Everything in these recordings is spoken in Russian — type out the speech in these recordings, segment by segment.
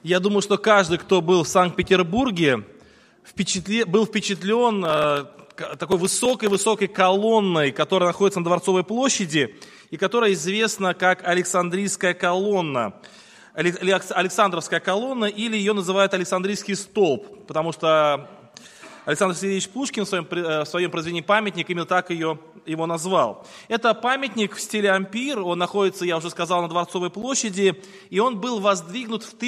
Я думаю, что каждый, кто был в Санкт-Петербурге, был впечатлен такой высокой-высокой колонной, которая находится на Дворцовой площади и которая известна как Александрийская колонна, Александровская колонна, или ее называют Александрийский столб, потому что Александр Сергеевич Пушкин в своем произведении «Памятник» именно так его назвал. Это памятник в стиле ампир, он находится, я уже сказал, на Дворцовой площади, и он был воздвигнут в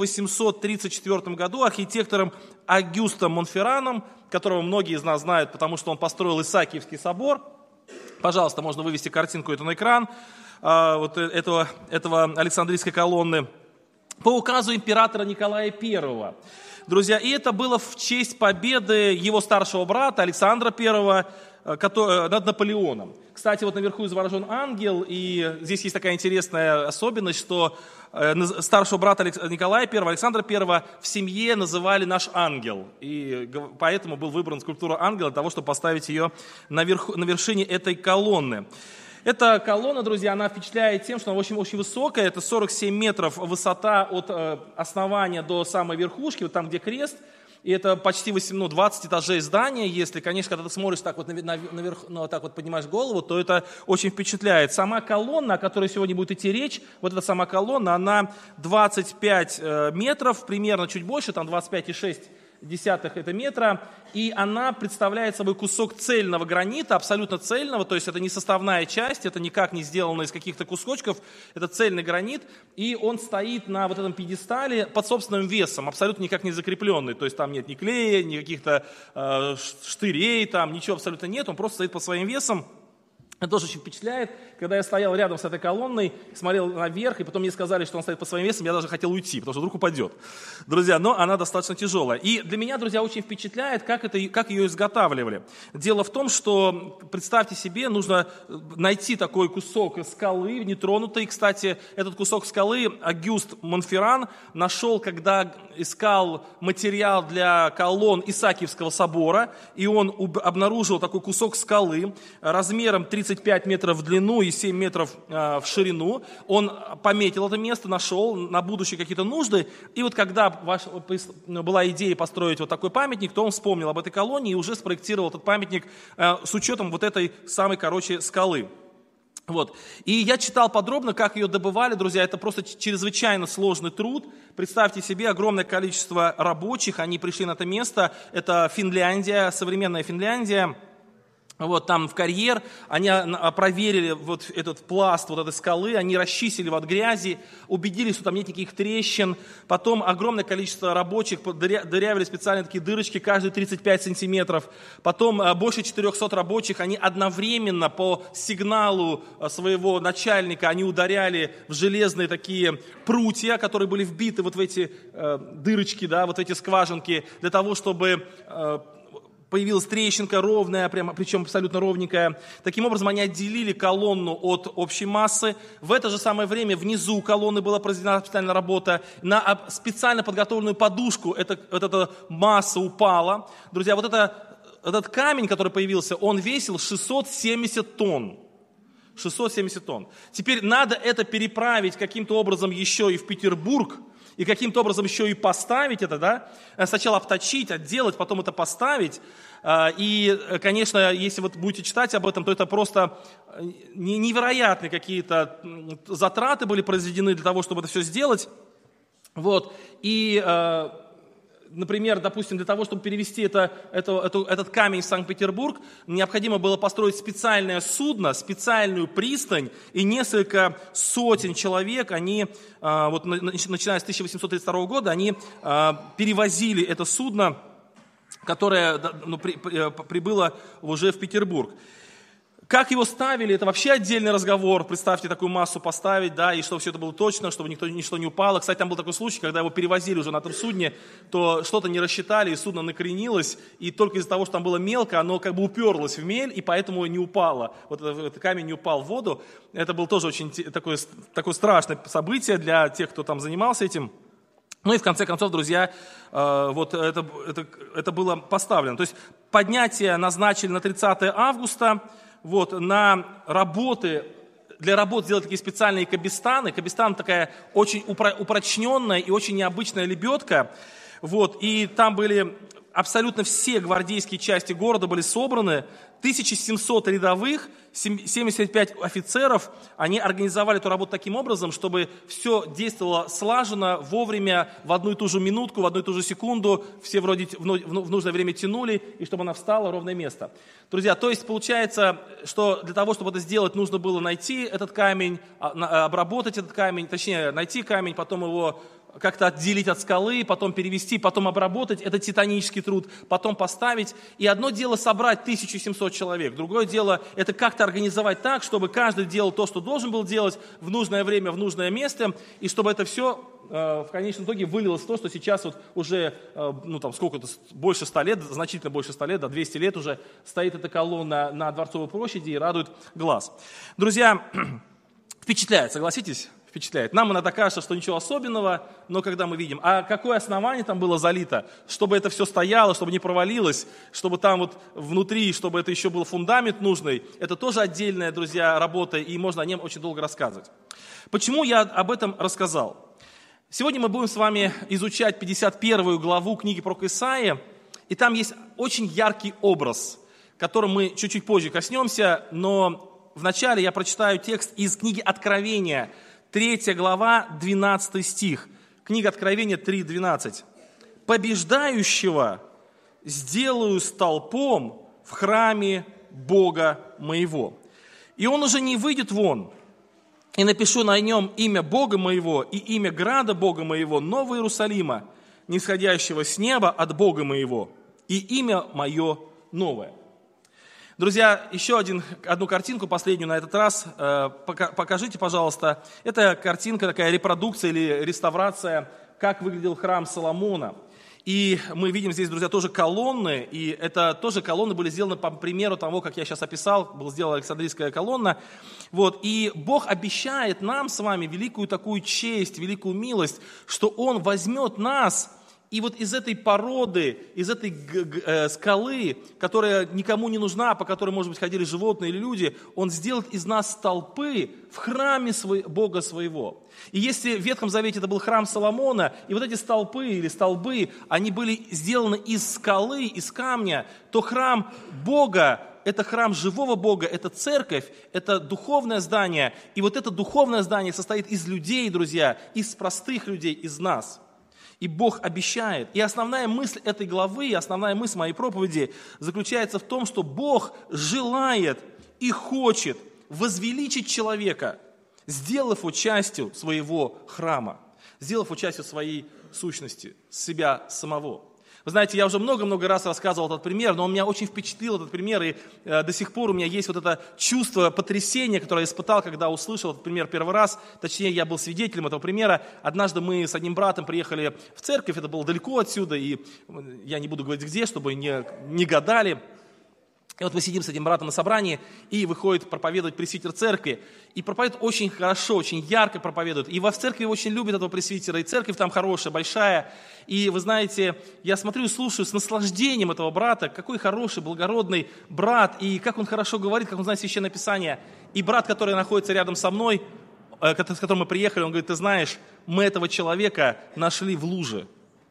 1834 году архитектором Огюстом Монферраном, которого многие из нас знают, потому что он построил Исаакиевский собор. Пожалуйста, можно вывести картинку эту на экран, вот этого Александрийской колонны, по указу императора Николая I. Друзья, и это было в честь победы его старшего брата Александра I над Наполеоном. Кстати, вот наверху изображен ангел, и здесь есть такая интересная особенность, что старшего брата Николая I, Александра I в семье называли «наш ангел». И поэтому был выбран скульптура ангела для того, чтобы поставить ее на вершине этой колонны. Эта колонна, друзья, она впечатляет тем, что она очень высокая, это 47 метров высота от основания до самой верхушки, вот там, где крест, и это почти 20 этажей здания, если, конечно, когда ты смотришь так вот наверх, так вот поднимаешь голову, то это очень впечатляет. Сама колонна, о которой сегодня будет идти речь, вот эта сама колонна, она 25 метров, примерно чуть больше, там 25,6 это метра, и она представляет собой кусок цельного гранита, абсолютно цельного, то есть это не составная часть, это никак не сделано из каких-то кусочков, это цельный гранит, и он стоит на вот этом пьедестале под собственным весом, абсолютно никак не закрепленный, то есть там нет ни клея, ни каких-то штырей, там ничего абсолютно нет, он просто стоит под своим весом. Это тоже очень впечатляет. Когда я стоял рядом с этой колонной, смотрел наверх, и потом мне сказали, что он стоит по своим весам, я даже хотел уйти, потому что вдруг упадет. Друзья, но она достаточно тяжелая. И для меня, друзья, очень впечатляет, как ее изготавливали. Дело в том, что, представьте себе, нужно найти такой кусок скалы, нетронутый. Кстати, этот кусок скалы Огюст Монферран нашел, когда искал материал для колонн Исаакиевского собора, и он обнаружил такой кусок скалы размером 35 метров в длину и 7 метров в ширину. Он пометил это место, нашел на будущее какие-то нужды. И вот когда была идея построить вот такой памятник, то он вспомнил об этой колонне и уже спроектировал этот памятник с учетом вот этой самой, скалы. Вот. И я читал подробно, как ее добывали, друзья, это просто чрезвычайно сложный труд. Представьте себе огромное количество рабочих, они пришли на это место, это Финляндия, современная Финляндия. Вот там в карьер, они проверили вот этот пласт вот этой скалы, они расчистили от грязи, убедились, что там нет никаких трещин. Потом огромное количество рабочих дырявили специальные такие дырочки, каждые 35 сантиметров. Потом больше 400 рабочих, они одновременно по сигналу своего начальника, они ударяли в железные такие прутья, которые были вбиты вот в эти дырочки, да, вот в эти скважинки, для того, чтобы появилась трещинка ровная, причем абсолютно ровненькая. Таким образом, они отделили колонну от общей массы. В это же самое время внизу колонны была произведена специальная работа. На специально подготовленную подушку эта масса упала. Друзья, вот этот камень, который появился, он весил 670 тонн. 670 тонн. Теперь надо это переправить каким-то образом еще и в Петербург, и каким-то образом еще и поставить это, да? Сначала обточить, отделать, потом это поставить. И, конечно, если вы будете читать об этом, то это просто невероятные какие-то затраты были произведены для того, чтобы это все сделать. Вот. И, например, допустим, для того, чтобы перевести этот камень в Санкт-Петербург, необходимо было построить специальное судно, специальную пристань, и несколько сотен человек, они, вот, начиная с 1832 года, они перевозили это судно, которое прибыло уже в Петербург. Как его ставили, это вообще отдельный разговор. Представьте, такую массу поставить, да, и чтобы все это было точно, чтобы ничто не упало. Кстати, там был такой случай, когда его перевозили уже на этом судне, то что-то не рассчитали, и судно накренилось, и только из-за того, что там было мелко, оно как бы уперлось в мель, и поэтому не упало. Вот этот камень не упал в воду. Это было тоже очень такое страшное событие для тех, кто там занимался этим. Ну и в конце концов, друзья, вот это было поставлено. То есть поднятие назначили на 30 августа. Вот, на работы для работ сделали такие специальные кабестаны. Кабестан такая очень упрочненная и очень необычная лебедка. Вот, и там были абсолютно все гвардейские части города были собраны, 1700 рядовых, 75 офицеров, они организовали эту работу таким образом, чтобы все действовало слаженно, вовремя, в одну и ту же минутку, в одну и ту же секунду, все вроде в нужное время тянули, и чтобы она встала в ровное место. Друзья, то есть получается, что для того, чтобы это сделать, нужно было найти этот камень, обработать этот камень, точнее, найти камень, потом его как-то отделить от скалы, потом перевести, потом обработать. Это титанический труд. Потом поставить. И одно дело собрать 1700 человек. Другое дело это как-то организовать так, чтобы каждый делал то, что должен был делать в нужное время, в нужное место. И чтобы это все в конечном итоге вылилось в то, что сейчас вот уже, сколько-то, больше 100 лет, значительно больше 100 лет, 200 лет уже стоит эта колонна на Дворцовой площади и радует глаз. Друзья, впечатляет, согласитесь? Впечатляет. Нам иногда кажется, что ничего особенного, но когда мы видим, а какое основание там было залито, чтобы это все стояло, чтобы не провалилось, чтобы там вот внутри, чтобы это еще был фундамент нужный, это тоже отдельная, друзья, работа, и можно о нем очень долго рассказывать. Почему я об этом рассказал? Сегодня мы будем с вами изучать 51 главу книги пророка Исаии, и там есть очень яркий образ, которым мы чуть-чуть позже коснемся, но вначале я прочитаю текст из книги Откровения, 3 глава, 12 стих. Книга Откровения 3:12. «Побеждающего сделаю столпом в храме Бога моего. И он уже не выйдет вон. И напишу на нем имя Бога моего и имя града Бога моего, Нового Иерусалима, нисходящего с неба от Бога моего, и имя мое новое». Друзья, еще одну картинку, последнюю на этот раз, покажите, пожалуйста. Это картинка, такая репродукция или реставрация, как выглядел храм Соломона. И мы видим здесь, друзья, тоже колонны, и это тоже колонны были сделаны по примеру того, как я сейчас описал, была сделана Александрийская колонна. Вот. И Бог обещает нам с вами великую такую честь, великую милость, что Он возьмет нас. И вот из этой породы, из этой скалы, которая никому не нужна, по которой, может быть, ходили животные или люди, Он сделает из нас столпы в храме Бога своего. И если в Ветхом Завете это был храм Соломона, и вот эти столпы или столбы, они были сделаны из скалы, из камня, то храм Бога, это храм живого Бога, это церковь, это духовное здание. И вот это духовное здание состоит из людей, друзья, из простых людей, из нас. И Бог обещает. И основная мысль этой главы, основная мысль моей проповеди заключается в том, что Бог желает и хочет возвеличить человека, сделав его частью своего храма, сделав его частью своей сущности, себя самого. Вы знаете, я уже много-много раз рассказывал этот пример, но он меня очень впечатлил, этот пример, и до сих пор у меня есть вот это чувство потрясения, которое я испытал, когда услышал этот пример первый раз. Точнее, я был свидетелем этого примера. Однажды мы с одним братом приехали в церковь, это было далеко отсюда, и я не буду говорить где, чтобы не гадали. И вот мы сидим с этим братом на собрании, и выходит проповедовать пресвитер церкви. И проповедует очень хорошо, очень ярко проповедует. И в церкви очень любят этого пресвитера, и церковь там хорошая, большая. И вы знаете, я смотрю и слушаю с наслаждением этого брата, какой хороший, благородный брат, и как он хорошо говорит, как он знает Священное Писание. И брат, который находится рядом со мной, с которым мы приехали, он говорит: ты знаешь, мы этого человека нашли в луже.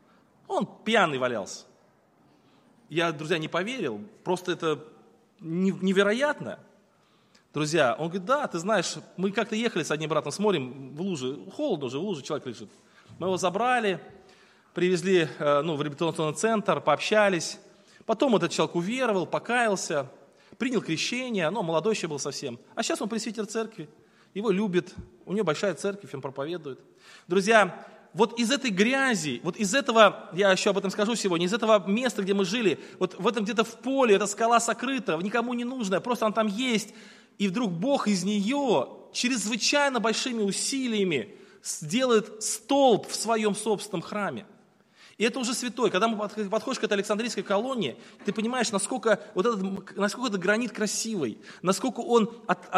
Он пьяный валялся. Я, друзья, не поверил, просто это невероятно. Друзья, он говорит: да, ты знаешь, мы как-то ехали с одним братом, смотрим, в луже, холодно уже, в луже человек лежит. Мы его забрали, привезли в реабилитационный центр, пообщались. Потом этот человек уверовал, покаялся, принял крещение, молодой еще был совсем. А сейчас он пресвитер церкви, его любит, у него большая церковь, он проповедует. Друзья, вот из этой грязи, вот из этого, я еще об этом скажу сегодня, из этого места, где мы жили, вот в этом где-то в поле, эта скала сокрыта, никому не нужная, просто она там есть, и вдруг Бог из нее чрезвычайно большими усилиями сделает столб в своем собственном храме. И это уже святой. Когда мы подходишь к этой Александрийской колонне, ты понимаешь, насколько этот гранит красивый, насколько он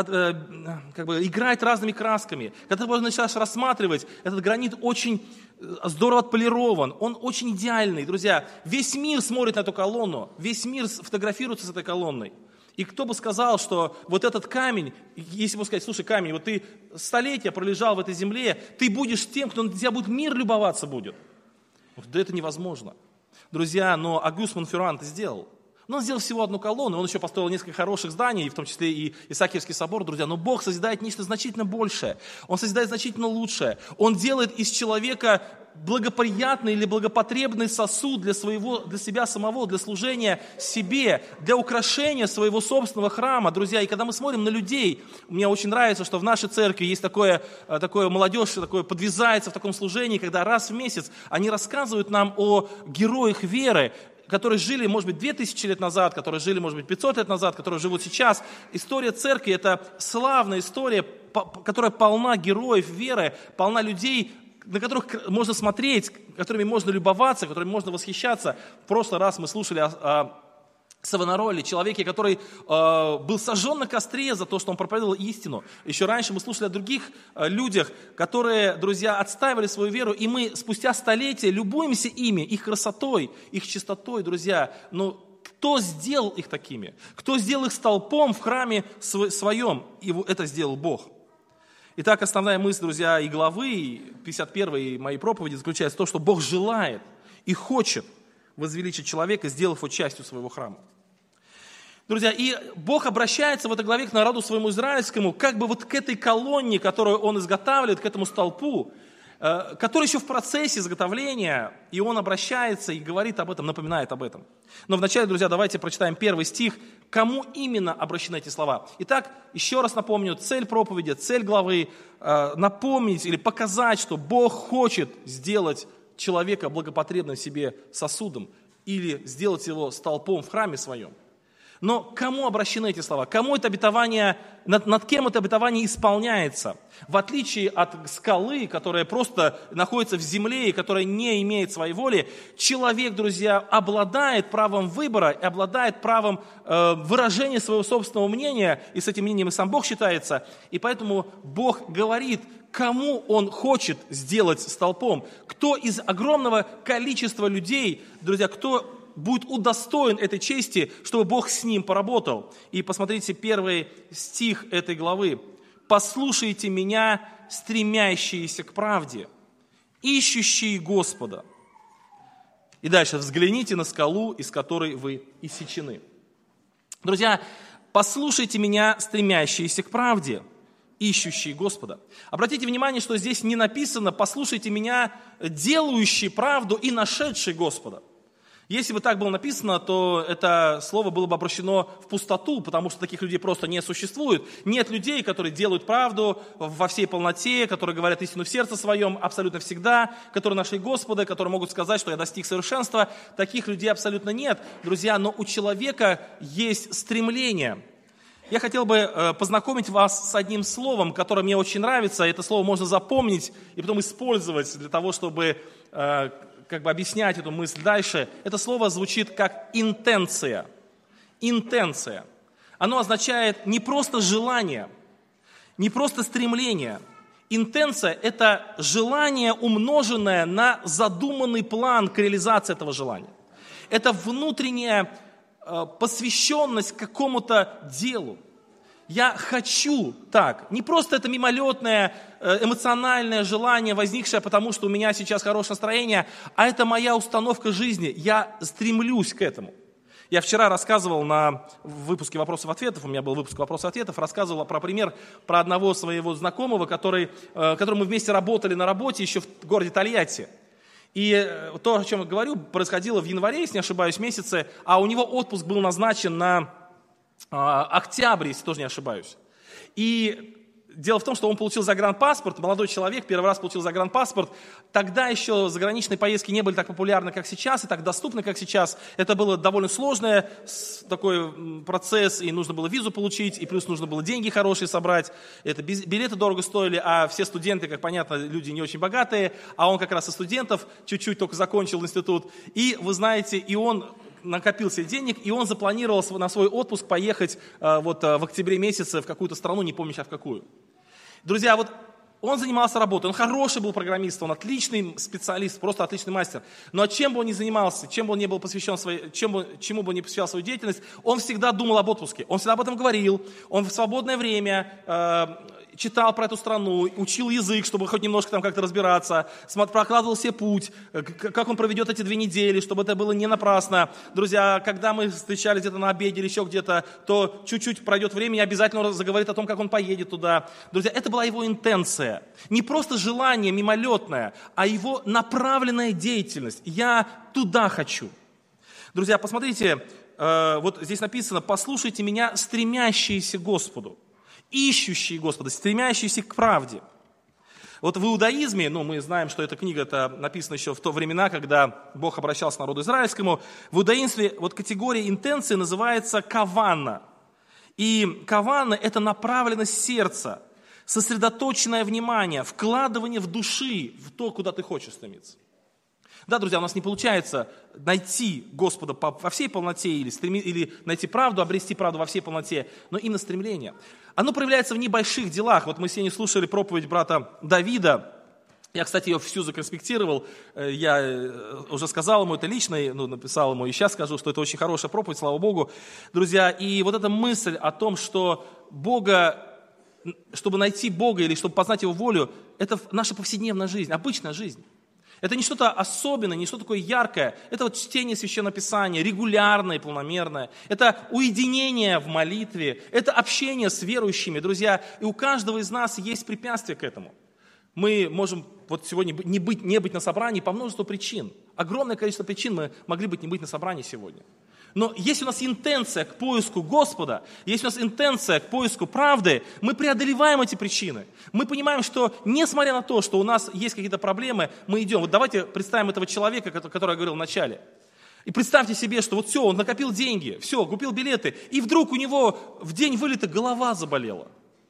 играет разными красками. Когда ты начинаешь рассматривать, этот гранит очень здорово отполирован, он очень идеальный. Друзья, весь мир смотрит на эту колонну, весь мир фотографируется с этой колонной. И кто бы сказал, что вот этот камень, если бы сказать, слушай, камень, вот ты столетия пролежал в этой земле, ты будешь тем, кто на тебя будет мир любоваться будет. Да это невозможно. Друзья, но Агюст Монферран это сделал. Но он сделал всего одну колонну, он еще построил несколько хороших зданий, в том числе и Исаакиевский собор, друзья. Но Бог созидает нечто значительно большее, Он созидает значительно лучшее. Он делает из человека благоприятный или благопотребный сосуд для себя самого, для служения себе, для украшения своего собственного храма, друзья. И когда мы смотрим на людей, мне очень нравится, что в нашей церкви есть такое молодежь, такое подвязается в таком служении, когда раз в месяц они рассказывают нам о героях веры, которые жили, может быть, 2000 лет назад, которые жили, может быть, 500 лет назад, которые живут сейчас. История церкви – это славная история, которая полна героев веры, полна людей, на которых можно смотреть, которыми можно любоваться, которыми можно восхищаться. В прошлый раз мы слушали о Савонароле, человеке, который был сожжен на костре за то, что он проповедовал истину. Еще раньше мы слушали о других людях, которые, друзья, отстаивали свою веру, и мы спустя столетия любуемся ими, их красотой, их чистотой, друзья. Но кто сделал их такими? Кто сделал их столпом в храме своем? И это сделал Бог. Итак, основная мысль, друзья, и главы 51 моей проповеди заключается в том, что Бог желает и хочет возвеличить человека, сделав его частью своего храма. Друзья, и Бог обращается в этой главе к народу своему израильскому, как бы вот к этой колонне, которую Он изготавливает, к этому столпу, который еще в процессе изготовления, и Он обращается и говорит об этом, напоминает об этом. Но вначале, друзья, давайте прочитаем первый стих, кому именно обращены эти слова. Итак, еще раз напомню, цель проповеди, цель главы, напомнить или показать, что Бог хочет сделать человека благопотребным себе сосудом или сделать его столпом в храме своем. Но кому обращены эти слова? Кому это обетование, над кем это обетование исполняется? В отличие от скалы, которая просто находится в земле и которая не имеет своей воли, человек, друзья, обладает правом выбора, обладает правом выражения своего собственного мнения, и с этим мнением и сам Бог считается. И поэтому Бог говорит, кому Он хочет сделать столпом, кто из огромного количества людей, друзья, кто будет удостоен этой чести, чтобы Бог с ним поработал. И посмотрите первый стих этой главы. «Послушайте меня, стремящиеся к правде, ищущие Господа». И дальше, взгляните на скалу, из которой вы иссечены. Друзья, послушайте меня, стремящиеся к правде, ищущие Господа. Обратите внимание, что здесь не написано «послушайте меня, делающие правду и нашедшие Господа». Если бы так было написано, то это слово было бы обращено в пустоту, потому что таких людей просто не существует. Нет людей, которые делают правду во всей полноте, которые говорят истину в сердце своем абсолютно всегда, которые нашли Господа, которые могут сказать, что я достиг совершенства. Таких людей абсолютно нет, друзья, но у человека есть стремление. Я хотел бы познакомить вас с одним словом, которое мне очень нравится. Это слово можно запомнить и потом использовать для того, чтобы объяснять эту мысль дальше. Это слово звучит как интенция. Интенция. Оно означает не просто желание, не просто стремление. Интенция – это желание, умноженное на задуманный план к реализации этого желания. Это внутренняя посвященность какому-то делу. Я хочу так. Не просто это мимолетное, эмоциональное желание, возникшее потому, что у меня сейчас хорошее настроение, а это моя установка жизни. Я стремлюсь к этому. Я вчера рассказывал в выпуске вопросов-ответов, у меня был выпуск вопросов-ответов, рассказывал про пример про одного своего знакомого, которым мы вместе работали на работе еще в городе Тольятти. И то, о чем я говорю, происходило в январе, если не ошибаюсь, месяце, а у него отпуск был назначен на октябрь, если тоже не ошибаюсь. И дело в том, что он получил загранпаспорт, молодой человек, первый раз получил загранпаспорт. Тогда еще заграничные поездки не были так популярны, как сейчас, и так доступны, как сейчас. Это было довольно сложный такой процесс, и нужно было визу получить, и плюс нужно было деньги хорошие собрать. Это билеты дорого стоили, а все студенты, как понятно, люди не очень богатые, а он как раз из студентов, чуть-чуть только закончил институт. И вы знаете, и он накопил себе денег, и он запланировал на свой отпуск поехать в октябре месяце в какую-то страну, не помню сейчас в какую. Друзья, вот Он занимался работой, он хороший был программист, он отличный специалист, просто отличный мастер. Но чем бы он ни занимался, чем бы он ни был посвящен чему бы он ни посвящал свою деятельность, он всегда думал об отпуске. Он всегда об этом говорил, он в свободное время читал про эту страну, учил язык, чтобы хоть немножко там как-то разбираться, прокладывал себе путь, как он проведет эти 2 недели, чтобы это было не напрасно. Друзья, когда мы встречались где-то на обеде или еще где-то, то чуть-чуть пройдет время, и обязательно он заговорит о том, как он поедет туда. Друзья, это была его интенция. Не просто желание мимолетное, а его направленная деятельность. Я туда хочу. Друзья, посмотрите, вот здесь написано: «Послушайте меня, стремящиеся к Господу». Ищущие Господа, стремящиеся к правде. Вот в иудаизме, мы знаем, что эта книга написана еще в то времена, когда Бог обращался к народу израильскому. В иудаизме вот категория интенции называется кавана. И кавана – это направленность сердца, сосредоточенное внимание, вкладывание в души, в то, куда ты хочешь стремиться. Да, друзья, у нас не получается найти Господа во всей полноте или найти правду, обрести правду во всей полноте, но именно стремление. Оно проявляется в небольших делах. Вот мы сегодня слушали проповедь брата Давида. Я, кстати, ее всю законспектировал. Я уже сказал ему это лично, написал ему, и сейчас скажу, что это очень хорошая проповедь, слава Богу. Друзья, и вот эта мысль о том, что чтобы найти Бога или чтобы познать Его волю, это наша повседневная жизнь, обычная жизнь. Это не что-то особенное, не что-то такое яркое. Это вот чтение Священного Писания, регулярное и планомерное. Это уединение в молитве, это общение с верующими, друзья. И у каждого из нас есть препятствие к этому. Мы можем вот сегодня не быть на собрании по множеству причин. Огромное количество причин мы могли не быть на собрании сегодня. Но если у нас интенция к поиску Господа, если у нас интенция к поиску правды, мы преодолеваем эти причины. Мы понимаем, что несмотря на то, что у нас есть какие-то проблемы, мы идем. Вот давайте представим этого человека, который я говорил в начале. И представьте себе, что вот все, он накопил деньги, все, купил билеты, и вдруг у него в день вылета голова заболела.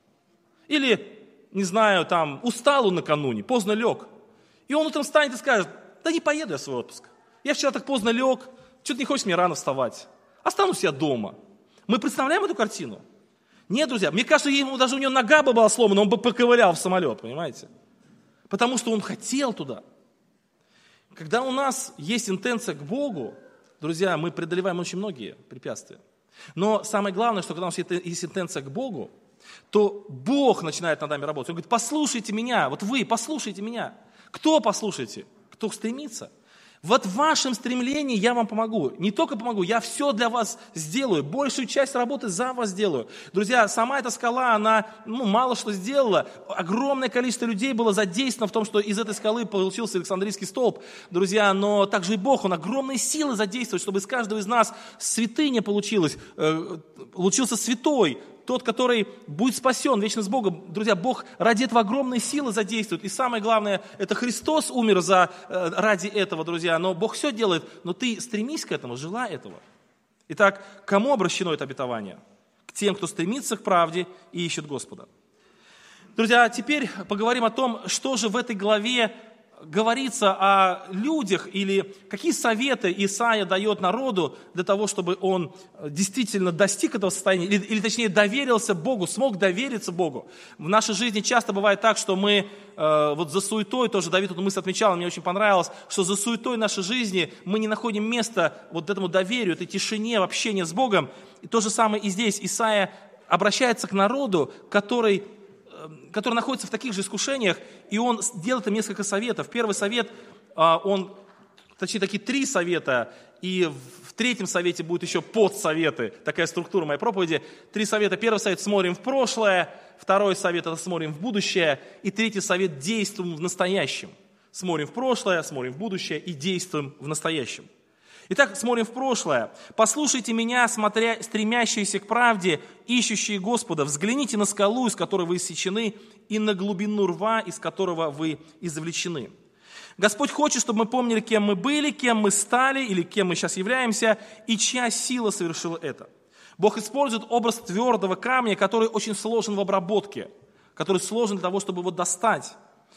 Или, не знаю, устал он накануне, поздно лег. И он утром встанет и скажет: да не поеду я в свой отпуск. Я вчера так поздно лег, что-то не хочешь мне рано вставать. Останусь я дома. Мы представляем эту картину? Нет, друзья, мне кажется, даже у него нога бы была сломана, он бы поковырял в самолет, понимаете? Потому что он хотел туда. Когда у нас есть интенция к Богу, друзья, мы преодолеваем очень многие препятствия. Но самое главное, что когда у нас есть интенция к Богу, то Бог начинает над нами работать. Он говорит: послушайте меня, вот вы послушайте меня. Кто послушайте? Кто стремится? Вот в вашем стремлении я вам помогу. Не только помогу, я все для вас сделаю. Большую часть работы за вас сделаю. Друзья, сама эта скала, она мало что сделала. Огромное количество людей было задействовано в том, что из этой скалы получился Александрийский столб. Друзья, но также и Бог, Он огромные силы задействует, чтобы из каждого из нас святыня получилась, получился святой. Тот, который будет спасен вечно с Богом. Друзья, Бог ради этого огромные силы задействует. И самое главное, это Христос умер ради этого, друзья. Но Бог все делает, но ты стремись к этому, желай этого. Итак, к кому обращено это обетование? К тем, кто стремится к правде и ищет Господа. Друзья, теперь поговорим о том, что же в этой главе говорится о людях, или какие советы Исаия дает народу для того, чтобы он действительно достиг этого состояния, или точнее доверился Богу, смог довериться Богу. В нашей жизни часто бывает так, что мы вот за суетой, тоже Давид эту мысль отмечал, мне очень понравилось, что за суетой нашей жизни мы не находим места вот этому доверию, этой тишине, в общении с Богом. И то же самое и здесь. Исаия обращается к народу, который находится в таких же искушениях, и он делает им несколько советов. Первый совет, точнее, такие 3 совета, и в 3-м совете будут еще подсоветы, такая структура моей проповеди. 3 совета. Первый совет – смотрим в прошлое, 2-й совет – это смотрим в будущее, и 3-й совет – действуем в настоящем. Смотрим в прошлое, смотрим в будущее и действуем в настоящем. Итак, смотрим в прошлое. «Послушайте меня, стремящиеся к правде, ищущие Господа. Взгляните на скалу, из которой вы иссечены, и на глубину рва, из которого вы извлечены». Господь хочет, чтобы мы помнили, кем мы были, кем мы стали, или кем мы сейчас являемся, и чья сила совершила это. Бог использует образ твердого камня, который очень сложен в обработке, который сложен для того, чтобы его достать.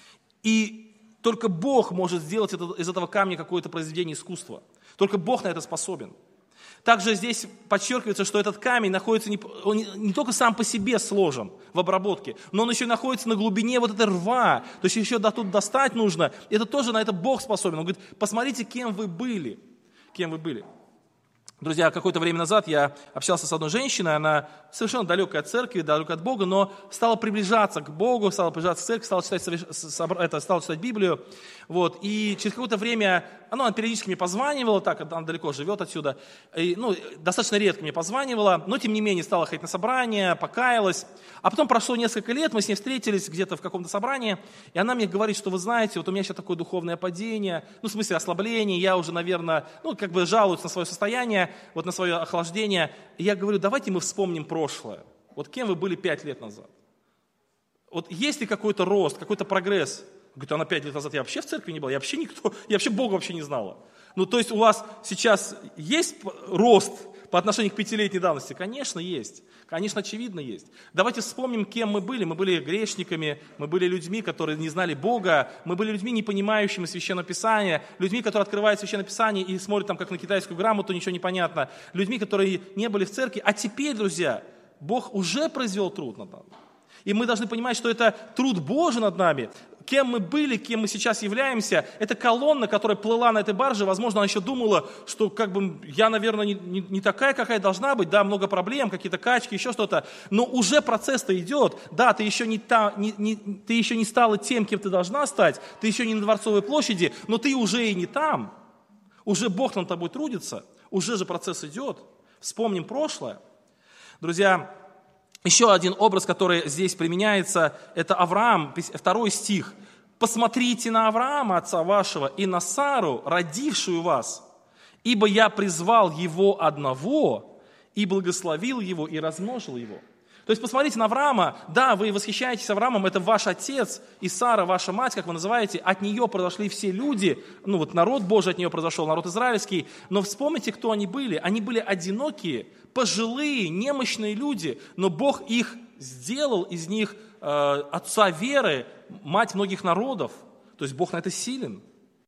И только Бог может сделать из этого камня какое-то произведение искусства. Только Бог на это способен. Также здесь подчеркивается, что этот камень находится он не только сам по себе сложен в обработке, но он еще находится на глубине вот этой рва, то есть еще до тут достать нужно. Это тоже на это Бог способен. Он говорит, посмотрите, кем вы были. Кем вы были. Друзья, какое-то время назад я общался с одной женщиной, она совершенно далекая от церкви, далекая от Бога, но стала приближаться к Богу, стала приближаться к церкви, стала читать Библию. Вот, и через какое-то время она периодически мне позванивала, так, она далеко живет отсюда, и, достаточно редко мне позванивала, но тем не менее стала ходить на собрания, покаялась. А потом прошло несколько лет, мы с ней встретились где-то в каком-то собрании, и она мне говорит, что вы знаете, вот у меня сейчас такое духовное падение, в смысле ослабление, я уже, наверное, жалуюсь на свое состояние, вот на свое охлаждение. И я говорю, давайте мы вспомним прошлое. Вот кем вы были 5 лет назад? Вот есть ли какой-то рост, какой-то прогресс? Говорит, она 5 лет назад, я вообще в церкви не была, я вообще никто, я вообще Бога вообще не знала. То есть у вас сейчас есть рост по отношению к 5-летней давности? Конечно, есть. Конечно, очевидно есть. Давайте вспомним, кем мы были. Мы были грешниками, мы были людьми, которые не знали Бога, мы были людьми, не понимающими Священное Писание, людьми, которые открывают Священное Писание и смотрят там, как на китайскую грамоту, ничего не понятно, людьми, которые не были в церкви. А теперь, друзья, Бог уже произвел труд над нами. И мы должны понимать, что это труд Божий над нами. Кем мы были, кем мы сейчас являемся, это колонна, которая плыла на этой барже, возможно, она еще думала, что я, наверное, не такая, какая должна быть, да, много проблем, какие-то качки, еще что-то, но уже процесс-то идет, да, ты еще не стала тем, кем ты должна стать, ты еще не на Дворцовой площади, но ты уже и не там, уже Бог над тобой трудится, уже же процесс идет, вспомним прошлое. Друзья, еще один образ, который здесь применяется, это Авраам, 2 стих. «Посмотрите на Авраама, отца вашего, и на Сару, родившую вас, ибо я призвал его одного, и благословил его, и размножил его». То есть посмотрите на Авраама, да, вы восхищаетесь Авраамом, это ваш отец, и Сара, ваша мать, как вы называете, от нее произошли все люди, народ Божий от нее произошел, народ израильский, но вспомните, кто они были. Они были одинокие, пожилые, немощные люди, но Бог их сделал, из них отца веры, мать многих народов, то есть Бог на это силен.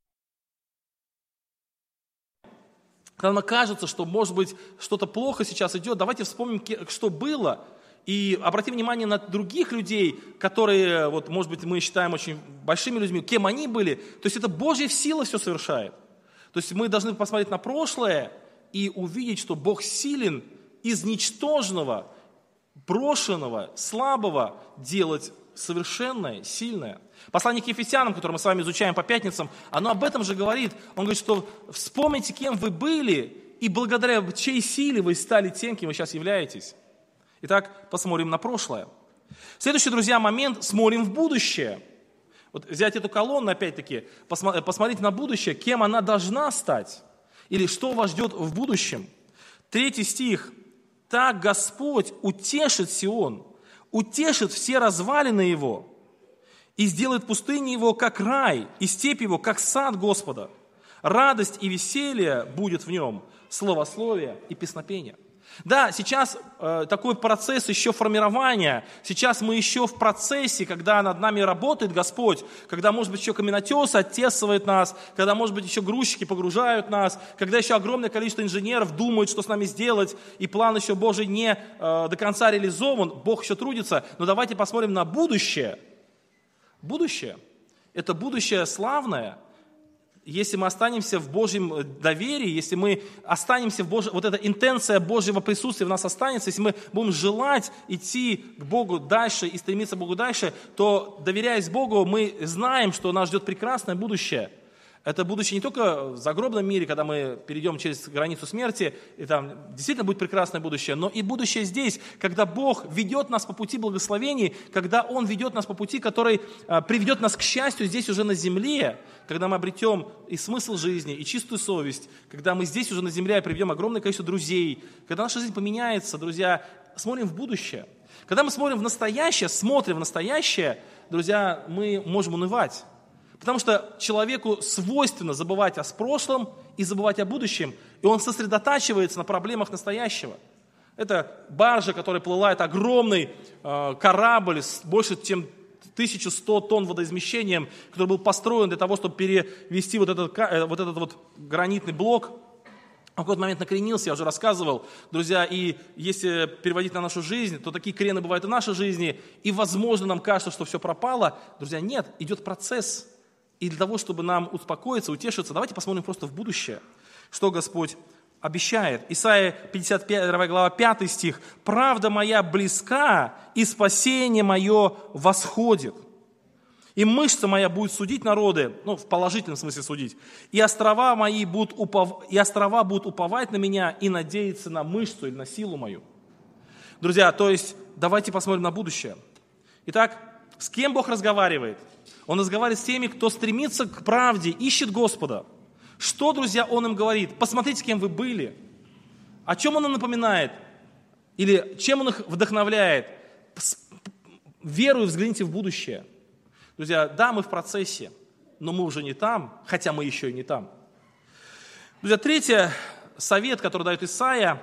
Когда нам кажется, что, может быть, что-то плохо сейчас идет, давайте вспомним, что было, и обратим внимание на других людей, которые, может быть, мы считаем очень большими людьми, кем они были. То есть это Божья сила все совершает. То есть мы должны посмотреть на прошлое и увидеть, что Бог силен из ничтожного, брошенного, слабого делать совершенное, сильное. Послание к Ефесянам, которое мы с вами изучаем по пятницам, оно об этом же говорит. Он говорит, что вспомните, кем вы были, и благодаря чьей силе вы стали тем, кем вы сейчас являетесь. Итак, посмотрим на прошлое. Следующий, друзья, момент, смотрим в будущее. Взять эту колонну, опять-таки, посмотреть на будущее, кем она должна стать, или что вас ждет в будущем. 3 стих. «Так Господь утешит Сион, утешит все развалины его, и сделает пустыню его, как рай, и степь его, как сад Господа. Радость и веселье будет в нем, словословие и песнопение». Да, сейчас такой процесс еще формирования, сейчас мы еще в процессе, когда над нами работает Господь, когда, может быть, еще каменотес оттесывает нас, когда, может быть, еще грузчики погружают нас, когда еще огромное количество инженеров думают, что с нами сделать, и план еще Божий не до конца реализован, Бог еще трудится. Но давайте посмотрим на будущее. Будущее – это будущее славное. Если мы останемся в Божьем доверии, если мы останемся в Божьем, эта интенция Божьего присутствия в нас останется, если мы будем желать идти к Богу дальше и стремиться к Богу дальше, то, доверяясь Богу, мы знаем, что нас ждет прекрасное будущее. Это будущее не только в загробном мире, когда мы перейдем через границу смерти, и там действительно будет прекрасное будущее, но и будущее здесь, когда Бог ведет нас по пути благословений, когда Он ведет нас по пути, который приведет нас к счастью здесь уже на земле, когда мы обретем и смысл жизни, и чистую совесть, когда мы здесь уже на земле приведем огромное количество друзей, когда наша жизнь поменяется, друзья, смотрим в будущее. Когда мы смотрим в настоящее, друзья, мы можем унывать. Потому что человеку свойственно забывать о прошлом и забывать о будущем, и он сосредотачивается на проблемах настоящего. Это баржа, которая плыла, это огромный корабль с больше, чем 1100 тонн водоизмещением, который был построен для того, чтобы перевести вот этот гранитный блок. в какой-то момент накренился, я уже рассказывал, друзья, и если переводить на нашу жизнь, то такие крены бывают и в нашей жизни, и, возможно, нам кажется, что все пропало. Друзья, нет, идет процесс. И для того, чтобы нам успокоиться, утешиться, давайте посмотрим просто в будущее, что Господь обещает. Исайя 51 глава 5 стих. «Правда моя близка, и спасение мое восходит. И мышца моя будет судить народы», в положительном смысле судить, «и острова будут уповать на меня и надеяться на мышцу или на силу мою». Друзья, то есть давайте посмотрим на будущее. Итак, с кем Бог разговаривает? Он разговаривает с теми, кто стремится к правде, ищет Господа. Что, друзья, Он им говорит? Посмотрите, кем вы были. О чем Он им напоминает? Или чем Он их вдохновляет? Верую, взгляните в будущее. Друзья, да, мы в процессе, но мы уже не там, хотя мы еще и не там. Друзья, третий совет, который дает Исайя,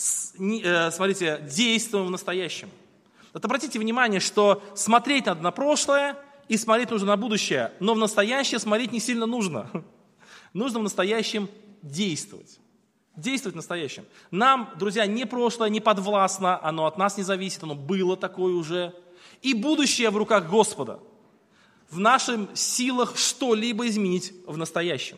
смотрите, действуем в настоящем. Вот обратите внимание, что смотреть надо на прошлое и смотреть нужно на будущее, но в настоящее смотреть не сильно нужно. Нужно в настоящем действовать. Действовать в настоящем. Нам, друзья, не прошлое, не подвластно, оно от нас не зависит, оно было такое уже. И будущее в руках Господа. В наших силах что-либо изменить в настоящем.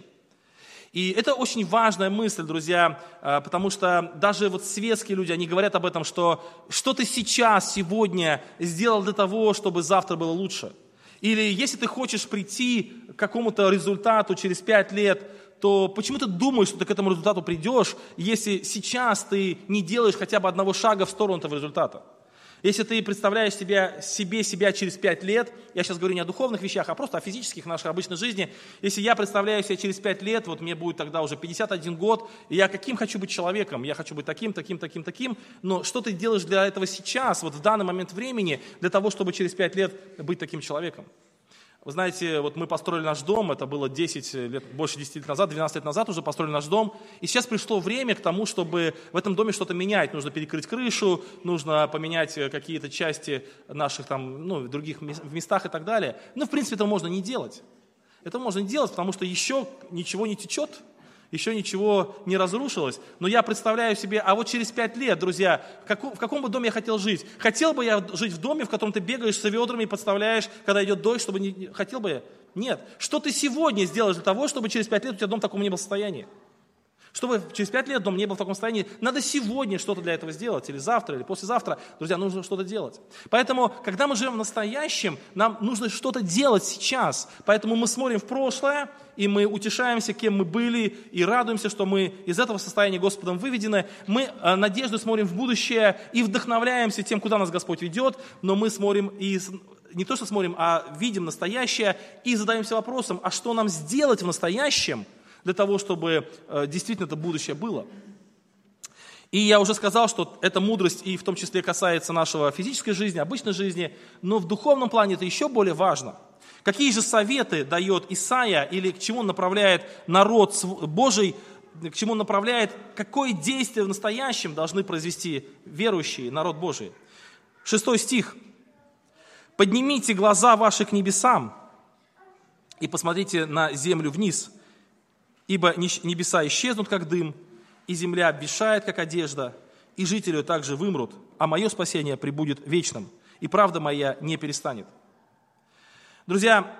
И это очень важная мысль, друзья, потому что даже вот светские люди, они говорят об этом, что ты сейчас, сегодня сделал для того, чтобы завтра было лучше. Или если ты хочешь прийти к какому-то результату через 5 лет, то почему ты думаешь, что ты к этому результату придешь, если сейчас ты не делаешь хотя бы одного шага в сторону этого результата? Если ты представляешь себя через 5 лет, я сейчас говорю не о духовных вещах, а просто о физических нашей обычной жизни. Если я представляю себя через 5 лет, вот мне будет тогда уже 51 год, и я каким хочу быть человеком? Я хочу быть таким. Но что ты делаешь для этого сейчас, вот в данный момент времени, для того, чтобы через 5 лет быть таким человеком? Вы знаете, вот мы построили наш дом, это было 10 лет, больше 10 лет назад, 12 лет назад уже построили наш дом. И сейчас пришло время к тому, чтобы в этом доме что-то менять. Нужно перекрыть крышу, нужно поменять какие-то части наших в других местах и так далее. В принципе, это можно не делать. Это можно не делать, потому что еще ничего не течет, еще ничего не разрушилось. Но я представляю себе, а вот через 5 лет, друзья, в каком бы доме я хотел жить? Хотел бы я жить в доме, в котором ты бегаешь с ведрами и подставляешь, когда идет дождь, чтобы не... Хотел бы я? Нет. Что ты сегодня сделаешь для того, чтобы через 5 лет у тебя дом в таком не был состоянии? Чтобы через 5 лет дом не был в таком состоянии, надо сегодня что-то для этого сделать, или завтра, или послезавтра. Друзья, нужно что-то делать. Поэтому, когда мы живем в настоящем, нам нужно что-то делать сейчас. Поэтому мы смотрим в прошлое, и мы утешаемся, кем мы были, и радуемся, что мы из этого состояния Господом выведены. Мы надеждой смотрим в будущее и вдохновляемся тем, куда нас Господь ведет, но мы смотрим не то, что смотрим, а видим настоящее и задаемся вопросом, а что нам сделать в настоящем, для того, чтобы действительно это будущее было. И я уже сказал, что эта мудрость и в том числе касается нашего физической жизни, обычной жизни, но в духовном плане это еще более важно. Какие же советы дает Исайя или к чему он направляет народ Божий, к чему он направляет, какое действие в настоящем должны произвести верующие, народ Божий? 6 стих. «Поднимите глаза ваши к небесам и посмотрите на землю вниз, ибо небеса исчезнут, как дым, и земля обветшает, как одежда, и жители ее также вымрут, а мое спасение пребудет вечным, и правда моя не перестанет». Друзья,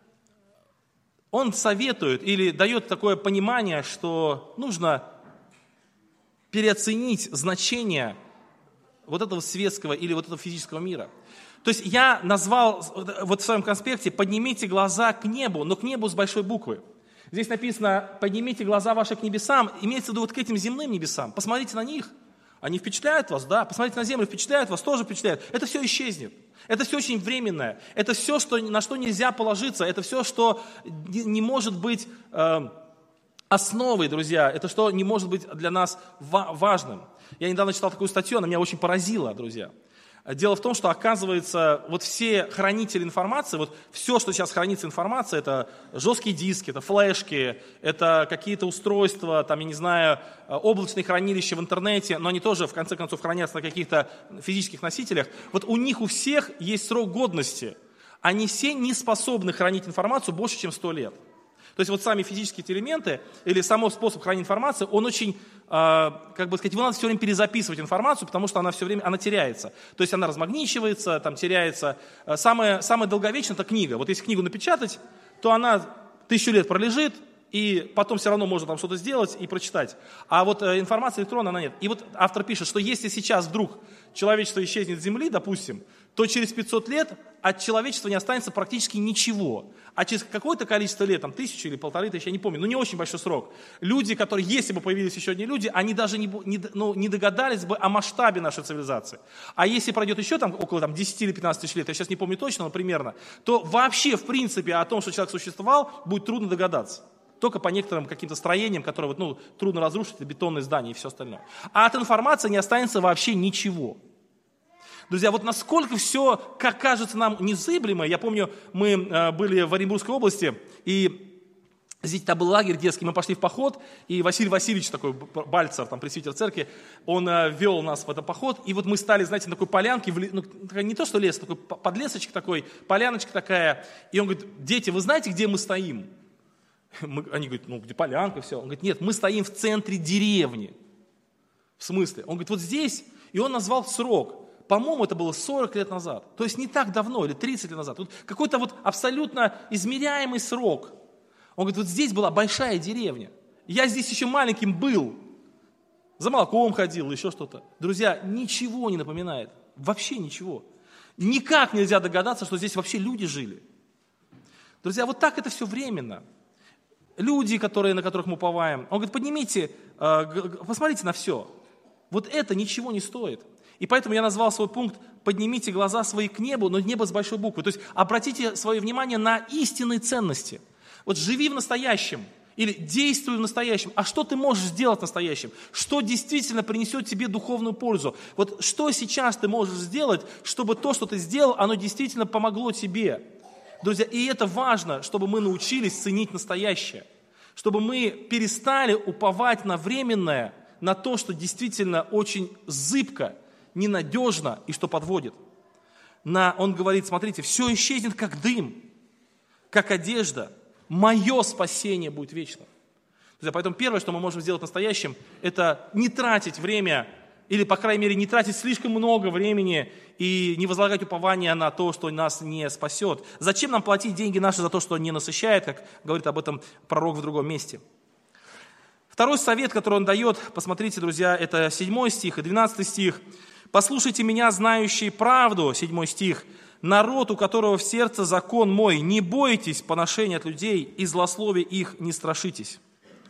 он советует или дает такое понимание, что нужно переоценить значение вот этого светского или вот этого физического мира. То есть я назвал вот в своем конспекте «поднимите глаза к небу», но к небу с большой буквы. Здесь написано «поднимите глаза ваши к небесам», имеется в виду вот к этим земным небесам. Посмотрите на них. Они впечатляют вас, да? Посмотрите на землю, впечатляют вас, тоже впечатляют. Это все исчезнет. Это все очень временное. Это все, на что нельзя положиться. Это все, что не может быть основой, друзья. Это что не может быть для нас важным. Я недавно читал такую статью, она меня очень поразила, друзья. Дело в том, что, оказывается, вот все хранители информации, вот все, что сейчас хранится информация, это жесткие диски, это флешки, это какие-то устройства, там, я не знаю, облачные хранилища в интернете, но они тоже, в конце концов, хранятся на каких-то физических носителях. Вот у них у всех есть срок годности. Они все не способны хранить информацию больше, чем 100 лет. То есть вот сами физические эти элементы или само способ хранения информации, он очень, его надо все время перезаписывать информацию, потому что она все время, она теряется. То есть она размагничивается, там теряется. Самое долговечное – это книга. Вот если книгу напечатать, то она 1000 лет пролежит, и потом все равно можно там что-то сделать и прочитать. А вот информация электронная, она нет. И вот автор пишет, что если сейчас вдруг человечество исчезнет с Земли, допустим, то через 500 лет от человечества не останется практически ничего. А через какое-то количество лет, там 1000 или 1500, я не помню, не очень большой срок, люди, которые, если бы появились еще одни люди, они даже не догадались бы о масштабе нашей цивилизации. А если пройдет еще там, около 10 или 15 тысяч лет, я сейчас не помню точно, но примерно, то вообще, в принципе, о том, что человек существовал, будет трудно догадаться. Только по некоторым каким-то строениям, которые трудно разрушить, это бетонные здания и все остальное. А от информации не останется вообще ничего. Друзья, вот насколько все, как кажется нам, незыблемо. Я помню, мы были в Оренбургской области, и здесь там был лагерь детский, мы пошли в поход, и Василий Васильевич, такой Бальцер, там, пресвитер церкви, он вел нас в этот поход, и вот мы стали, знаете, на такой полянке, не то что лес, такой подлесочек такой, поляночка такая, и он говорит: дети, вы знаете, где мы стоим? Они говорят: где полянка, все. Он говорит: нет, мы стоим в центре деревни. В смысле? Он говорит: вот здесь, и он назвал срок. По-моему, это было 40 лет назад. То есть не так давно, или 30 лет назад. Тут какой-то вот абсолютно измеряемый срок. Он говорит: вот здесь была большая деревня. Я здесь еще маленьким был. За молоком ходил, еще что-то. Друзья, ничего не напоминает. Вообще ничего. Никак нельзя догадаться, что здесь вообще люди жили. Друзья, вот так это все временно. Люди, на которых мы уповаем. Он говорит: поднимите, посмотрите на все. Вот это ничего не стоит. И поэтому я назвал свой пункт: поднимите глаза свои к небу, но небо с большой буквы. То есть обратите свое внимание на истинные ценности. Вот живи в настоящем или действуй в настоящем. А что ты можешь сделать в настоящем? Что действительно принесет тебе духовную пользу? Вот что сейчас ты можешь сделать, чтобы то, что ты сделал, оно действительно помогло тебе? Друзья, и это важно, чтобы мы научились ценить настоящее. Чтобы мы перестали уповать на временное, на то, что действительно очень зыбко, ненадежно и что подводит. Он говорит: смотрите, все исчезнет как дым, как одежда. Мое спасение будет вечно. Друзья, поэтому первое, что мы можем сделать в настоящем, это не тратить время, или, по крайней мере, не тратить слишком много времени и не возлагать упования на то, что нас не спасет. Зачем нам платить деньги наши за то, что не насыщает, как говорит об этом пророк в другом месте. Второй совет, который он дает, посмотрите, друзья, это 7 стих и 12 стих. «Послушайте меня, знающие правду», 7 стих, «народ, у которого в сердце закон мой, не бойтесь поношения от людей, и злословия их не страшитесь».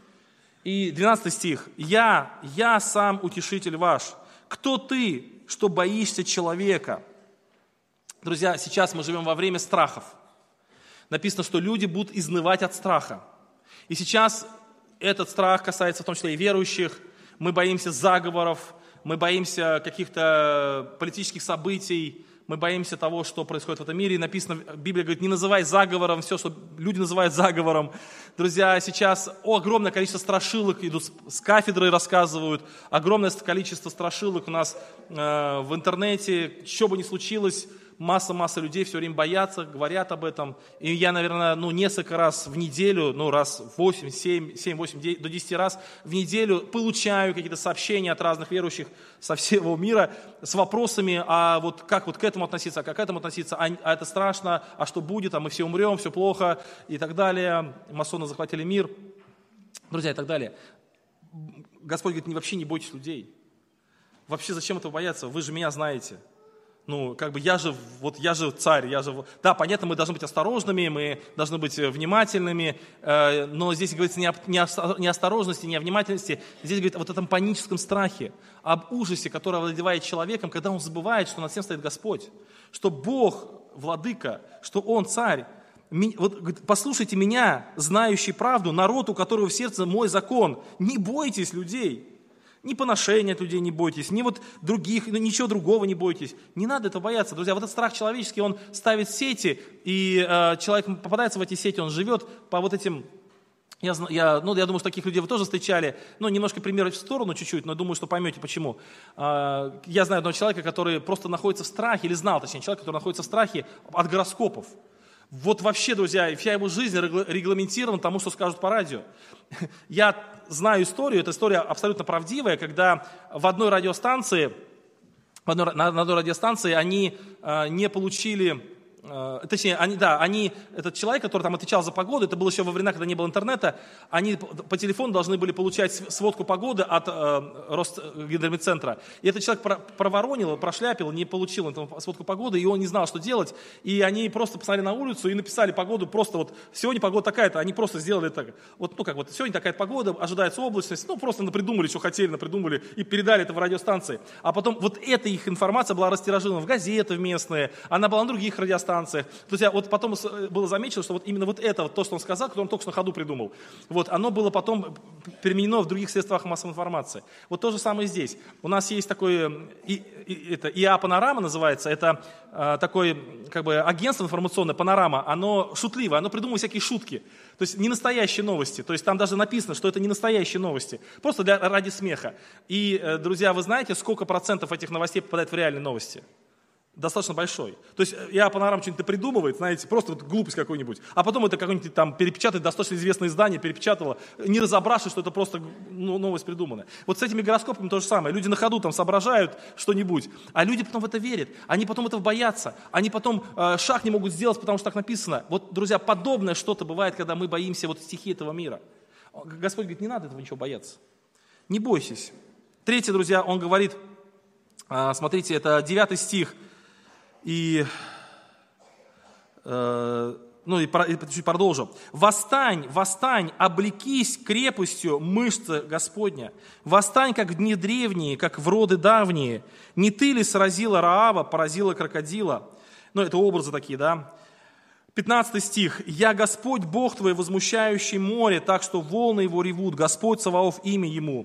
И 12 стих, «Я сам утешитель ваш. Кто ты, что боишься человека?» Друзья, сейчас мы живем во время страхов. Написано, что люди будут изнывать от страха. И сейчас этот страх касается в том числе и верующих. Мы боимся заговоров, мы боимся каких-то политических событий, мы боимся того, что происходит в этом мире. И написано, Библия говорит: не называй заговором все, что люди называют заговором. Друзья, сейчас огромное количество страшилок идут с кафедры, рассказывают. Огромное количество страшилок у нас в интернете. Что бы ни случилось, масса людей все время боятся, говорят об этом. И я, наверное, несколько раз в неделю, раз 7-8 до 10 раз в неделю получаю какие-то сообщения от разных верующих со всего мира с вопросами, а вот как вот к этому относиться, а как к этому относиться, а это страшно, а что будет, а мы все умрем, все плохо и так далее. Масоны захватили мир, друзья, и так далее. Господь говорит: вообще не бойтесь людей. Вообще зачем этого бояться? Вы же меня знаете. Я же царь, Да, понятно, мы должны быть осторожными, мы должны быть внимательными, но здесь говорится не о осторожности, не о внимательности, здесь говорится о вот этом паническом страхе, об ужасе, который овладевает человеком, когда он забывает, что над всем стоит Господь, что Бог, владыка, что Он царь. Вот, послушайте меня, знающий правду, народ, у которого в сердце мой закон, не бойтесь людей. Ни поношения от людей не бойтесь, ни вот других, ничего другого не бойтесь. Не надо этого бояться, друзья. Вот этот страх человеческий, он ставит сети, и человек попадается в эти сети, он живет по вот этим... Я думаю, что таких людей вы тоже встречали. Немножко примеры в сторону чуть-чуть, но думаю, что поймете, почему. Я знаю одного человека, который просто находится в страхе, или знал, точнее, человека, который находится в страхе от гороскопов. Вот вообще, друзья, вся его жизнь регламентирована тому, что скажут по радио. Я знаю историю, эта история абсолютно правдивая, когда на одной радиостанции они не получили... Точнее, этот человек, который там отвечал за погоду, это было еще во времена, когда не было интернета, они по телефону должны были получать сводку погоды от Росгидромедцентра. И этот человек проворонил, прошляпил, не получил эту сводку погоды, и он не знал, что делать. И они просто посмотрели на улицу и написали погоду просто вот, сегодня погода такая-то, они просто сделали так. Сегодня такая погода, ожидается облачность, просто напридумали, что хотели, напридумали, и передали это в радиостанции. А потом вот эта их информация была растиражирована в газеты местные, она была на других радиостанциях. Друзья, вот потом было замечено, что вот именно вот это, вот то, что он сказал, которое он только что на ходу придумал, вот оно было потом применено в других средствах массовой информации. Вот то же самое здесь. У нас есть такое, ИА Панорама называется, это такое как бы агентство информационное, Панорама, оно шутливое, оно придумывает всякие шутки, то есть не настоящие новости, то есть там даже написано, что это не настоящие новости, просто ради смеха. И, друзья, вы знаете, сколько процентов этих новостей попадает в реальные новости? Достаточно большой. То есть ИА Панорама что-нибудь придумывает, знаете, просто вот глупость какую-нибудь, а потом это какое-нибудь там перепечатает, достаточно известное издание перепечатало, не разобравшись, что это просто новость придуманная. Вот с этими гороскопами то же самое. Люди на ходу там соображают что-нибудь, а люди потом в это верят, они потом этого боятся, они потом шаг не могут сделать, потому что так написано. Вот, друзья, подобное что-то бывает, когда мы боимся вот стихий этого мира. Господь говорит, не надо этого ничего бояться. Не бойтесь. Третье, друзья, он говорит, смотрите, это 9 стих, чуть продолжу. «Восстань, восстань, облекись крепостью мышцы Господня. Восстань, как в дни древние, как в роды давние. Не ты ли сразила Раава, поразила крокодила?» Это образы такие, да? 15 стих. «Я Господь, Бог твой, возмущающий море, так что волны его ревут, Господь Саваоф имя ему».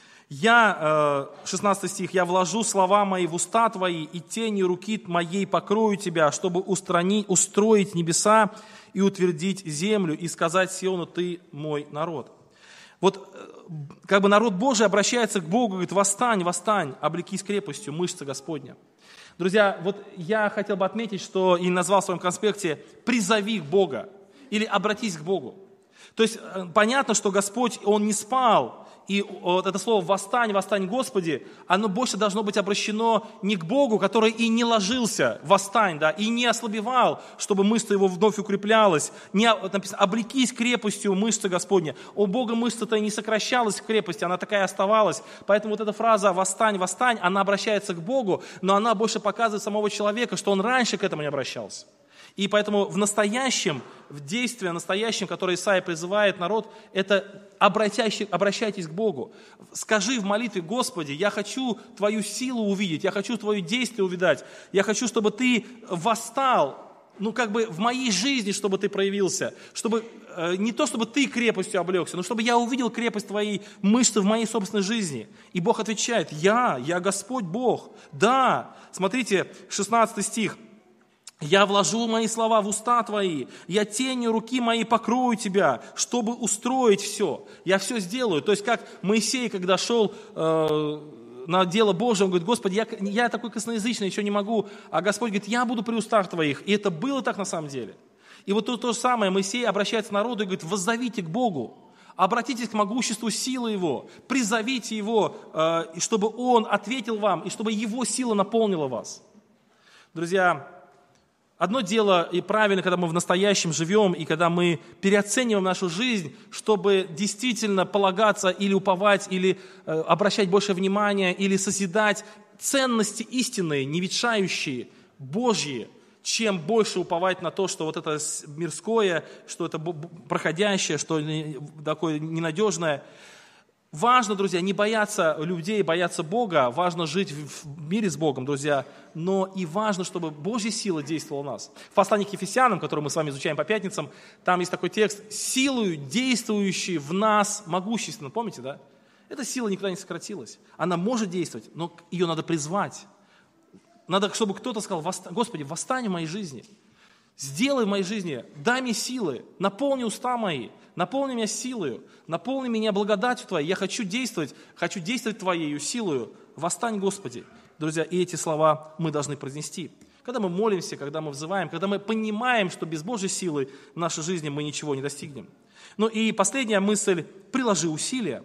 16 стих, «Я вложу слова мои в уста твои, и тенью руки моей покрою тебя, чтобы устроить небеса и утвердить землю, и сказать Сиону, ты мой народ». Вот как бы народ Божий обращается к Богу, говорит, восстань, восстань, облекись крепостью мышцы Господня. Друзья, вот я хотел бы отметить, что и назвал в своем конспекте «призови Бога» или «обратись к Богу». То есть понятно, что Господь, Он не спал, и вот это слово «восстань, восстань, Господи», оно больше должно быть обращено не к Богу, который и не ложился, восстань, да, и не ослабевал, чтобы мышца его вновь укреплялась. Написано, облекись крепостью мышцы Господня. У Бога мышца-то и не сокращалась в крепости, она такая оставалась. Поэтому вот эта фраза «восстань, восстань», она обращается к Богу, но она больше показывает самого человека, что он раньше к этому не обращался. И поэтому в действии настоящем, которое Исаия призывает народ, это обращайтесь к Богу. Скажи в молитве, Господи, я хочу Твою силу увидеть, я хочу Твое действие увидать, я хочу, чтобы Ты восстал, в моей жизни, чтобы Ты проявился, чтобы не то, чтобы Ты крепостью облегся, но чтобы я увидел крепость Твоей мышцы в моей собственной жизни. И Бог отвечает, я Господь Бог. Да, смотрите, 16 стих. «Я вложу мои слова в уста твои, я тенью руки моей покрою тебя, чтобы устроить все». Я все сделаю. То есть, как Моисей, когда шел на дело Божие, он говорит, Господи, я такой косноязычный, еще не могу. А Господь говорит, я буду при устах твоих. И это было так на самом деле. И вот тут то же самое, Моисей обращается к народу и говорит, воззовите к Богу. Обратитесь к могуществу силы Его, призовите Его, чтобы Он ответил вам, и чтобы Его сила наполнила вас. Друзья, одно дело и правильно, когда мы в настоящем живем, и когда мы переоцениваем нашу жизнь, чтобы действительно полагаться или уповать, или обращать больше внимания, или созидать ценности истинные, не ветшающие, Божьи, чем больше уповать на то, что вот это мирское, что это проходящее, что такое ненадежное. Важно, друзья, не бояться людей, бояться Бога, важно жить в мире с Богом, друзья, но и важно, чтобы Божья сила действовала в нас. В послании к Ефесянам, который мы с вами изучаем по пятницам, там есть такой текст «силою, действующей в нас могущественно». Помните, да? Эта сила никуда не сократилась. Она может действовать, но ее надо призвать. Надо, чтобы кто-то сказал, Господи, восстань в моей жизни. Сделай в моей жизни, дай мне силы, наполни уста мои, наполни меня силою, наполни меня благодатью Твоей. Я хочу действовать Твоею силою. Восстань, Господи. Друзья, и эти слова мы должны произнести. Когда мы молимся, когда мы взываем, когда мы понимаем, что без Божьей силы в нашей жизни мы ничего не достигнем. Ну и последняя мысль – приложи усилия.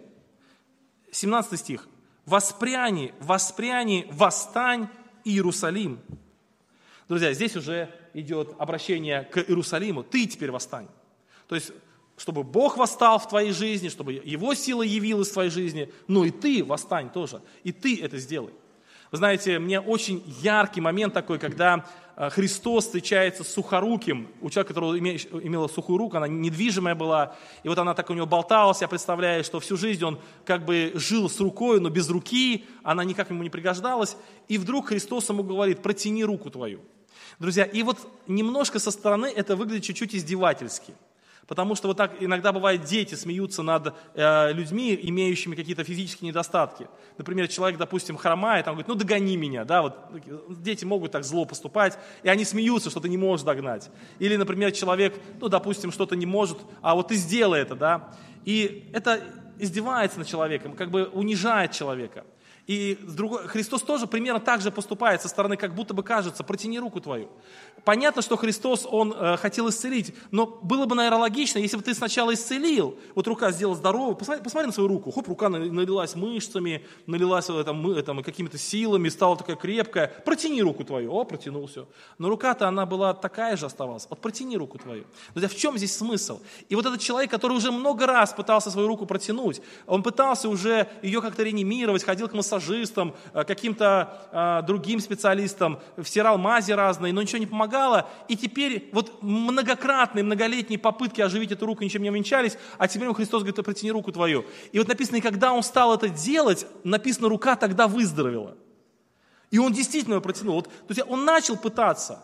17 стих. «Воспряни, восстань, Иерусалим». Друзья, здесь уже идет обращение к Иерусалиму. Ты теперь восстань. То есть, чтобы Бог восстал в твоей жизни, чтобы Его сила явилась в твоей жизни, но и ты восстань тоже. И ты это сделай. Вы знаете, мне очень яркий момент такой, когда Христос встречается с сухоруким, у человека, который имел сухую руку, она недвижимая была, и вот она так у него болталась, я представляю, что всю жизнь он как бы жил с рукой, но без руки, она никак ему не пригождалась, и вдруг Христос ему говорит: протяни руку твою. Друзья, и вот немножко со стороны это выглядит чуть-чуть издевательски. Потому что вот так иногда бывает, дети смеются над людьми, имеющими какие-то физические недостатки. Например, человек, допустим, хромает, он говорит: ну догони меня. Да, вот дети могут так зло поступать, и они смеются, что ты не можешь догнать. Или, например, человек, ну, допустим, что-то не может, а вот ты сделай это, да. И это издевается над человеком, как бы унижает человека. И Христос тоже примерно так же поступает со стороны, как будто бы кажется: протяни руку твою. Понятно, что Христос, Он хотел исцелить, но было бы, наверное, логично, если бы ты сначала исцелил, вот рука сделала здоровую, посмотри на свою руку, хоп, рука налилась мышцами, налилась какими-то силами, стала такая крепкая, протяни руку твою, протянул все. Но рука-то, она была такая же оставалась, вот протяни руку твою. Друзья, в чем здесь смысл? И вот этот человек, который уже много раз пытался свою руку протянуть, он пытался уже ее как-то реанимировать, ходил к массажистам, каким-то другим специалистам, втирал мази разные, но ничего не помогало. И теперь вот многократные, многолетние попытки оживить эту руку ничем не увенчались, а теперь ему Христос говорит: протяни руку твою. И вот написано, и когда он стал это делать, написано, рука тогда выздоровела. И он действительно ее протянул. Вот, то есть он начал пытаться,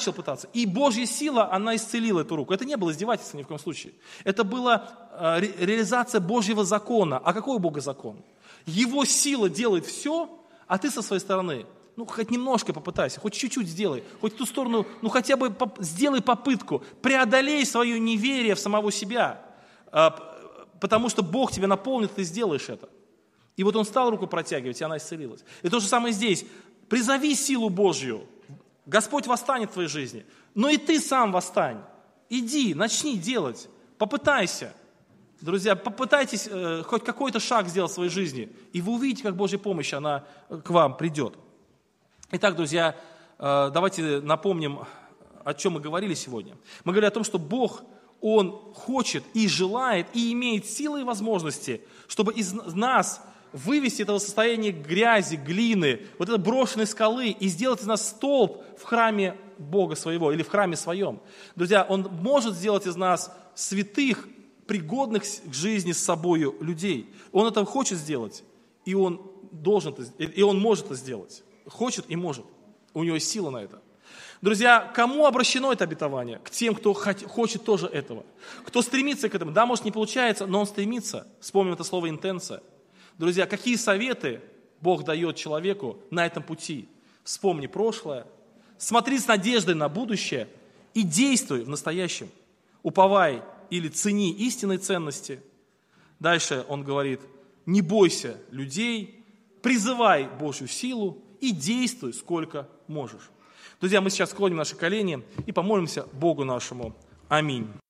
и Божья сила, она исцелила эту руку. Это не было издевательство ни в коем случае. Это была реализация Божьего закона. А какой у Бога закон? Его сила делает все, а ты со своей стороны, ну, хоть немножко попытайся, хоть чуть-чуть сделай, хоть в ту сторону, ну, хотя бы сделай попытку, преодолей свое неверие в самого себя, потому что Бог тебя наполнит, ты сделаешь это. И вот он стал руку протягивать, и она исцелилась. И то же самое здесь. Призови силу Божью, Господь восстанет в твоей жизни, но и ты сам восстань. Иди, начни делать, попытайся. Друзья, попытайтесь хоть какой-то шаг сделать в своей жизни, и вы увидите, как Божья помощь, она к вам придет. Итак, друзья, давайте напомним, о чем мы говорили сегодня. Мы говорили о том, что Бог, Он хочет и желает, и имеет силы и возможности, чтобы из нас вывести этого состояния грязи, глины, вот этой брошенной скалы, и сделать из нас столб в храме Бога своего, или в храме своем. Друзья, Он может сделать из нас святых, пригодных к жизни с собою людей. Он это хочет сделать, и Он должен это, и Он может это сделать. Хочет и может. У него есть сила на это. Друзья, кому обращено это обетование? К тем, кто хочет тоже этого. Кто стремится к этому. Да, может, не получается, но он стремится. Вспомним это слово «интенция». Друзья, какие советы Бог дает человеку на этом пути? Вспомни прошлое, смотри с надеждой на будущее и действуй в настоящем. Уповай или цени истинной ценности. Дальше он говорит: не бойся людей, призывай Божью силу и действуй сколько можешь. Друзья, мы сейчас склоним наши колени и помолимся Богу нашему. Аминь.